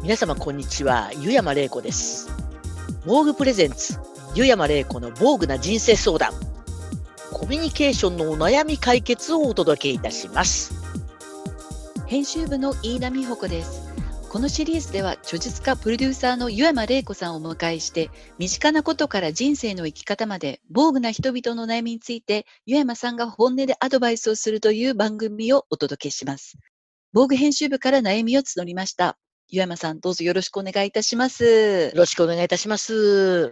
皆様こんにちは、湯山玲子です。モーグプレゼンツ、湯山玲子の防具な人生相談。コミュニケーションのお悩み解決をお届けいたします。 編集部の飯田美穂子です。このシリーズでは著述家プロデューサーの湯山玲子さんをお迎えして、身近なことから人生の生き方まで防具な人々の悩みについて湯山さんが本音でアドバイスをするという番組をお届けします。防具編集部から悩みを募りました。湯山さん、どうぞよろしくお願いいたします。 よろしくお願いいたします。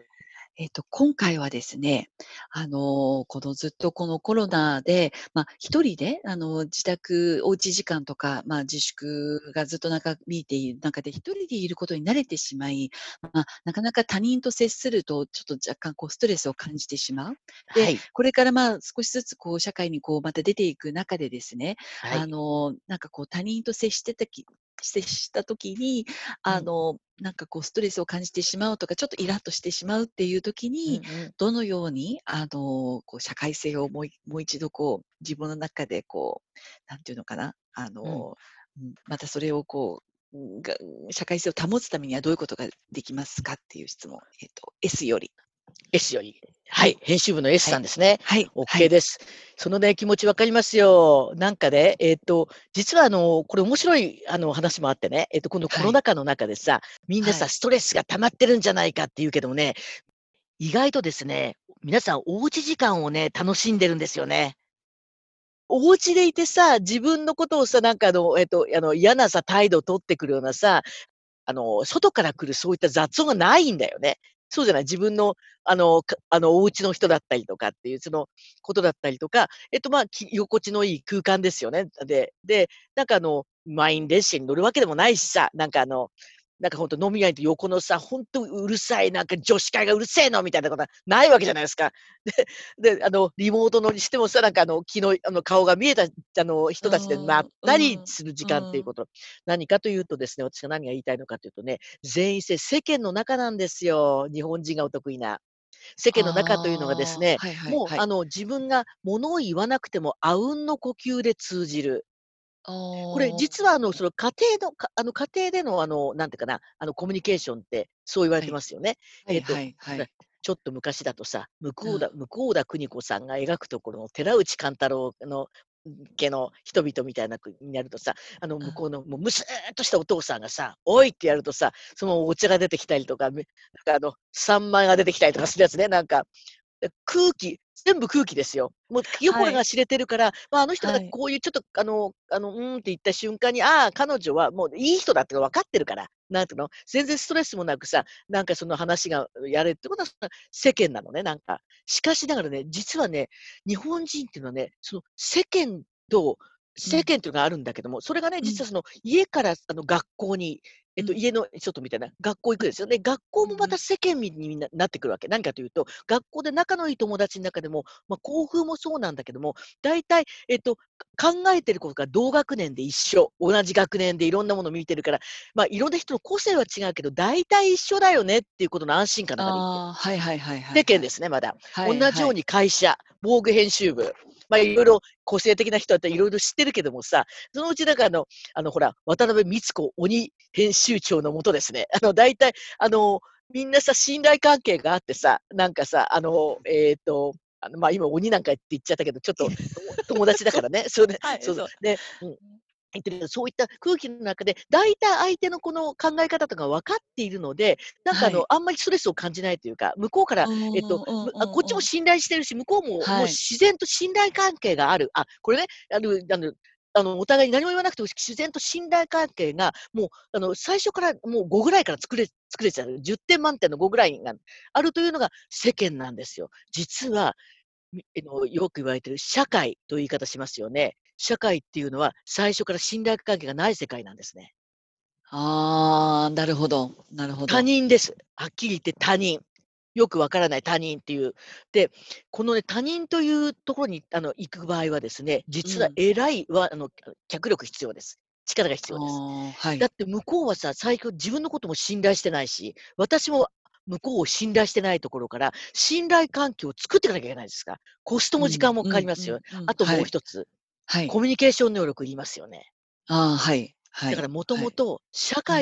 今回はですね、ずっとこのコロナで、一人で、自宅、おうち時間とか、自粛がずっと長引いている中で、一人でいることに慣れてしまい、なかなか他人と接すると、ちょっと若干ストレスを感じてしまう。で、 はい。 これから少しずつ社会にまた出ていく中でですね、 はい。 他人と接した時に、 うん。 ストレスを感じてしまうとか、ちょっとイラッとしてしまうっていう時に、 うんうん。 どのように、社会性をもう一度自分の中でなんていうのかな、 うん。 またそれを社会性を保つためにはどういうことができますかっていう質問。S より。 S より。はい。 はい。 編集部の S はい。 さんですね。 はい。は OK い。 です。そのね、気持ちわかりますよ。なんかね、実はこれ面白い話もあってね、このコはい。 ロナ禍の中でさ、みんなさ、 はい。 ストレスが溜まってるんじゃないかって言うけどもね、意外とですね、皆さんおうち時間をね、楽しんでるんですよね。お家でいてさ、自分のことをさ、嫌なさ、態度を取ってくるようなさ、外から来るそういった雑音がないんだよね。そうじゃない、自分の、お家の人だったりとかっていう、そのことだったりとか、居心地のいい空間ですよね。で、満員列車に乗るわけでもないしさ、ほんと飲み屋に行って横のさ、ほんとうるさい、女子会がうるせえのみたいなことはないわけじゃないですか。リモートのにしてもさ、顔が見えた、 う人たちでまっん、 たりうん、 する時うん。 間っていうこと。何かというとですね、私が何が言いたいのかというとね、全員世間の中なんですよ。日本人がお得意な。世間の中というのがですああ、 ね、 はいはいもうはい。 自分が物を言わなくても阿吽の呼吸で通じる。 あこれあ、 実はその家庭でのなんていうかな、コミュニケーションってそう言われはい。 てますよね。 はいはいはほら、 い。 ちょっと昔だとさ、 うん。 向田邦子さんが描くところの寺内貫太郎の家の人々みたいなになるとさ、 うん。 向こうのもうむすっとしたお父さんがさ、おいってやるとさ、そのお茶が出てきたりとか、サンマが出てきたりとかするやつね、全部空気ですよ。もう気はい。 心が知れてるから、あの人がはい。 こういうちょっとって言った瞬間に、ああ、彼女はもういい人だって分かってるから、なんていうの、全然ストレスもなくさ、その話がやれってことは世間なのね、なんか。しかしながらね、実はね、日本人っていうのはね、そのとうん、 世間っていうのがあるんだけども、それがね、 うん、 実はその家から学校にうん、 家の外みたいな、学校行くですよね。学校もまたうんうん。 世間になってくるわけ。何かというと、学校で仲のいい友達の中でも、校風もそうなんだけども、大体、考えてることが同学年で一緒。同じ学年でいろんなものを見てるから、いろんな人の個性は違うけど、大体一緒だよねっていうことの安心感の中で生きてる。 ああ、はいはいはいはいはい。 世間ですね、まだ。同はいはい。 じように会社、防具編集部、いろいろ個性的な人だったらいろいろ知ってるけどもさ、そのうちほら、渡辺光子鬼編集長のもとですね、大体、みんなさ、信頼関係があってさ、今鬼なんかって言っちゃったけど、ちょっと友達だそう、 からね。それで、 はい、 そうそう。 そう。 で、言ってるけど、そういった空気の中で、大体相手のこの考え方とか分かっているので、 はい。 あんまりストレスを感じないというか、向こうから、 うんうんこっちもうんうん。 信頼してるし、向こうももうはい。 自然と信頼関係がある。これね、お互いに何も言わなくても自然と信頼関係が、もう、最初からもう5ぐらいから作れちゃう。10点満点の5ぐらいがあるというのが世間なんですよ。実はよく言われてる社会という言い方しますよね。社会っていうのは最初から信頼関係がない世界なんですね。 ああ、なるほど、なるほ他ど。 人です。はっきり言って他人。よくわからない他人っていう。で、このね、他人というところに行く場合はですね、実はうん。 偉いは脚力必要です。力が必あ要です。 あ、はい。 だって向こうはさ、最初自分のことも信頼してないし、私も向こうを信頼してないところから、信頼関係を作っていかなきゃいけないですから。コストうん、 も時間もかうんかりますよ。 うんうん。 あとはい。 もう一つ、 はい。 コミュニケーション能力いりますよね。 ああ、はい、はい、 だからもとはい。 もと社うん、 会といっ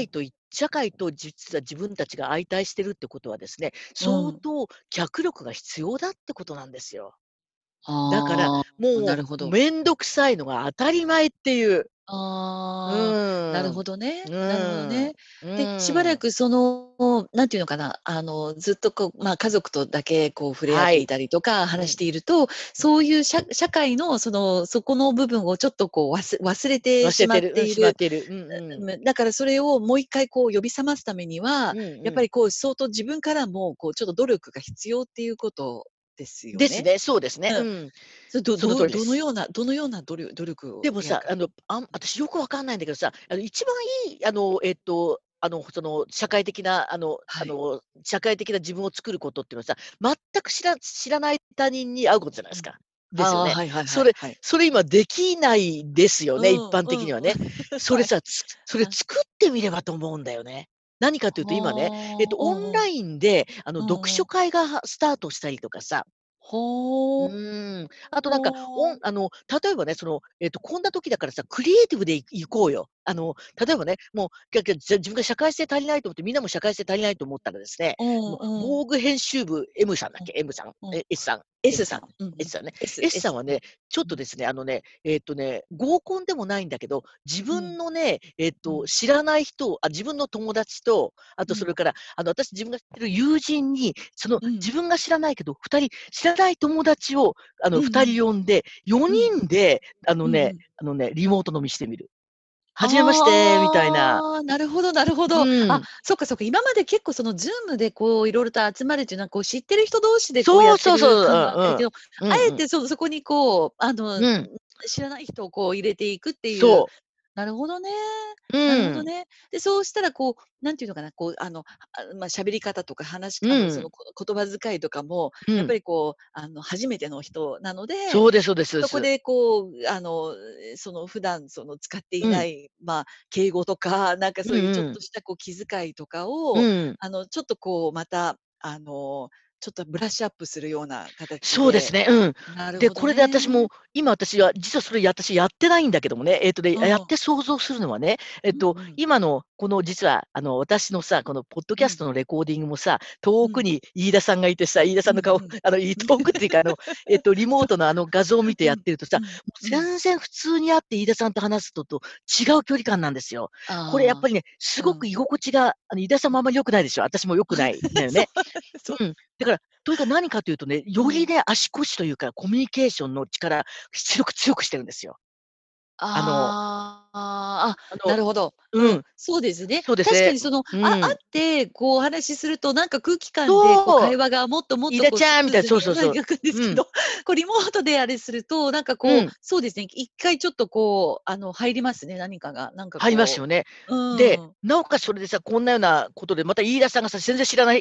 社会と実は自分たちが相対してるってことはですね、 うん。 相当脚力が必要だってことなんですよ。だから、 ああ、なもるほど。 うめんどくさいのが当たり前っていう。うああ、なるーん。 ほどね。 うなるほどーん。 ね。 うで、しばーん。 らくその、なんていうのかな、ずっとこう、まあ、家族とだけこう触れ合っはい。 ていたりとか、 うん。 話していると、そういう社会のそこの部分をちょっとこう忘れてしまっ忘れてる。うん、 ている。 しまってる。うんうん。 だからそれをもう一回こう呼び覚ますためには、 うんうん。 やっぱりこう相当自分からもこうちょっと努力が必要っていうことですよね。 ですね、そうですね。 うん。 うん。 それその通りです。 どのような努力をでもさ、私よくわかんないんだけどさ、一番いい、社会的な、 はい。 社会的な自分を作ることっていうのはさ、全く知らない他人に会うことじゃないでうん。 すか。ですよああ、 ね。 はいはいそれはいはい。 それ今できないですよね、一うん、 般うん、 的にはね。それはい。 さ、それはい。 作ってみればと思うんだよね。何かというと今ね、 はあ、うオンんうん。 ラインで、読うんうん。 書会がスタートしたりとかさ、うほう、 ーん。あとなんか、 ほう。 例えばね、こんな時だからさ、クリエイティブで行こうよ。例えばね、もう、自分が社会性足りないと思って、みんなも社会性足りないと思ったらですね、 うんうん。 防具編集部 M さんだっうん、 け ?M さんうん。 S さん S M さんさん。うんう S ん。 さんね。S S。 さんはうん。 ね、ちょっうん。 とですね、合コンでもないんだけど、自うん。 分のね、 うん。 知らない人自分の友達と、あうん。 とそれから、私自分が知ってる友人に、 うん。 自分が知らないけど、2人知らない友達を2 うんうん。 人呼んで、4 うん。 人で、 うんうん。 リモート飲みしてみる。はじめまして、みたいな。 ああ、なるほどなるほど。あ、 うん。 そっかそっか、今まで結構その Zoom でこういろいろと集まるっていうのは、こう知ってる人同士でこうやそうってそうそう、 る感があっうんうん。 たけど、あうんうん。 えてそこにこう、 うん。 知らない人をこう入れていくっていう。 そなるほどね。 う。 なるうん。 ほどね。で、そうしたらこう、なんていうのかな、こうま、喋り方とかうん。 言葉遣いとかも、やっぱうん。 りこう、初めての人なので、 そうですそうですそうです。 そこでこう、普段使っていうん。 ない、まあ、敬語とか、なんかうんそういうちょっうん。 としたこう気遣いとかを、 うん。 ちょっとこうまた、ちょっとブラッシュアップするような形で。 そうですね、うん。で、 なるほどこれで私ね。 も、今私は実はそれ私やってないんだけどもね、やっうん。 て想像するのはね、 うんうん。 今のこの実は私のさ、このポッドキャスうん。 トのレコーディングもさ、 うん。 遠くに飯田さんがいてさ、飯田さんの顔、 うんうん。 遠くっていうかリモートの画像を見てうん。 やってるとさ、 うん。 もううん。 全然普通に会って飯田さんと話すのと違う距離感なんですよ。これやっあぱりね、すあ、うん。 ごく居心地が、飯田さんもあんまり良くないでしょ。私も良くないんだよそう、 ね。 そう。 うん。だから、というか何かというとね、 うん。 よりね、足腰というか、コミュニケーションの力、強くしてるんですよ。あのああ、あ、 あのなるほど。うん、 うん、 そうですね。 そうですね。 確かに会うん。 ってこうお話しすると、なんか空気感でこうそう、 会話がもっともっ飯とこうス田ちゃんみたいな、 ムーズにそうそうそう。 いくんですうん、 けど、こうリモートであれすると、なんかこう、 うん、 そうですね、一回ちょっとこう、入りますね、何かが。なんかこ入りますよね。 う、 で、 うん。 なおかつそれでさ、こんなようなことで、また飯田さんがさ、全然知らない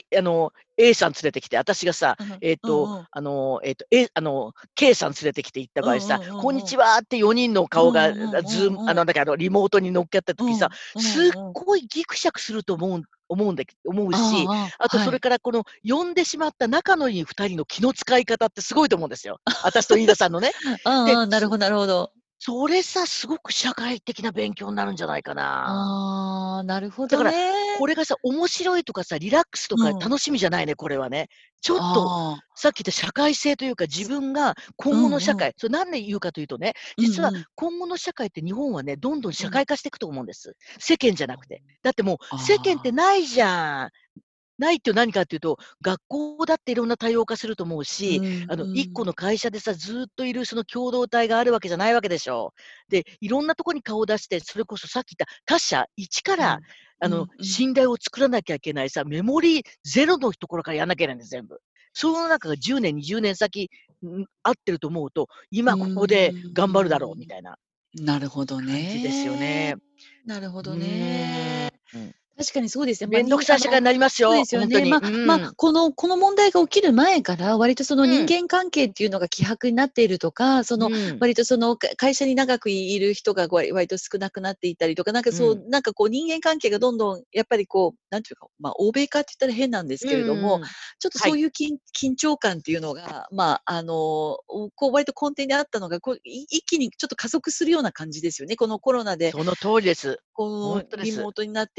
、A さん連れてきて、私がさ、 うん、うんうん。 K さん連れてきて行った場合さ、 うんうんこんにうんうん。 ちはって4人の顔が、 うんうんうんうん。 リモートに乗っけった時さ、 うん、うすっんうん。 ごいギクシャクすると思うし、 ああ、 あとそはい。 れからこの呼んでしまった仲のいい2人の気の使い方ってすごいと思うんですよ。私と飯田さんのね。で、 うんうん、なるほどなるほど。 それさ、すごく社会的な勉強になるんじゃないかな。 ああ、なるほだから、 どね。 これがさ、面白いとかさ、リラックスとうん。 か楽しみじゃないね、これはね。ちょっと、 ああ、 さっき言った社会性というか、自分がう今後の社んうん。 会、それなんで言うかというとね、実はうんうん。 今後の社会って日本はね、どんどんうん。 社会化していくと思うんです。世間じゃなくて。だってもう、世間ってああ。 ないじゃん。ないって何かっていうと、学校だっていろんな多様化すると思うし、 うんう一個ん。 の会社でさ、ずっといるその共同体があるわけじゃないわけでしょ。で、いろんなとこに顔を出して、それこそさっき言った他者一から、 うん。うんうん。 信頼を作らなきゃいけないさ、メモリーゼロのところからやんなきゃいけないんです、全部。その中が10年、20年先、合ってると思うと、 う今ここでー頑張るだろうみん。 たいななるほど感じですよね。 ね。 なるほうどーね。 ん。 確かにそうですね。まあ、 めんどくさい社会になりますそうでよ、 すよね。 ほんとに。 この問題が起きる前から、割とその人うん、 間関係っていうのが希薄になっているとか、 うん、 割と会社に長くいる人が割と少なくなっていたりとか、 うん。 なんかこう人間関係がどんどんやっぱりこう、なんていうか、まあ、欧米化って言ったら変なんですうんけれども、 うん。 ちょっとはい、 そういう緊張感っていうのが、こう割と根底にあったのが、一気にちょっと加速するような感じですよね。このコロナでその通りです。ほんとです。 リモートになっていうく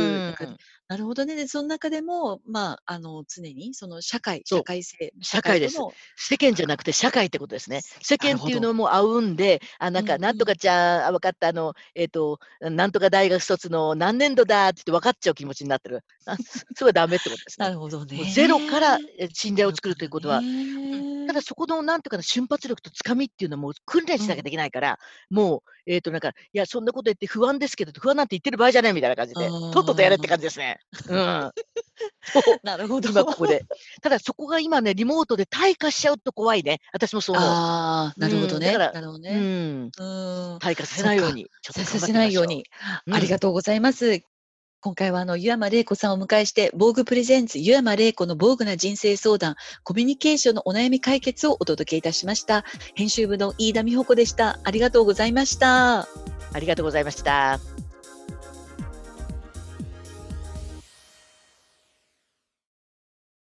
中で、 ん。 なるほどね。で、その中でも、常にその社会そう、 社会性社社会です。 会との世間じゃなくて社会ってことですね。世間っていうなるほど。 のもあうんで、なんか、 うんうん。 なんとかちゃん、分かった、なんとか大学卒の何年度だって言って分かっちゃう気持ちになってる。それはダメってことですね。 なるほどもうゼロから、 ね。 信頼を作るというゼロからことは、ただね。 そこのなんていうかな、瞬発力とつかみっていうのはもう訓練うん。 しなきゃできないから、もう、なんか、いや、そんなこと言って不安ですけど、不安なんて言ってる場合じゃないみたいな感じで、とっととやれってああ。 感じですね。うん。そう、 なるほど。 今ここで。ただそこが今ね、リモートで退化しちゃうと怖いね。私もそう思ああ、 う。 なるほどだかね。 ら、 なるほどね。 退化させそっか。 ないように、ちょっと頑張っさせてみましょないように。 う。 ありがとうございます。今回は湯山玲子さんをお迎えして、防具プレゼンツ湯山玲子の防具な人生相談、コミュニケーションのお悩み解決をお届けいたしました。編集部の飯田美穂子でした。ありがとうございました。 ありがとうございました。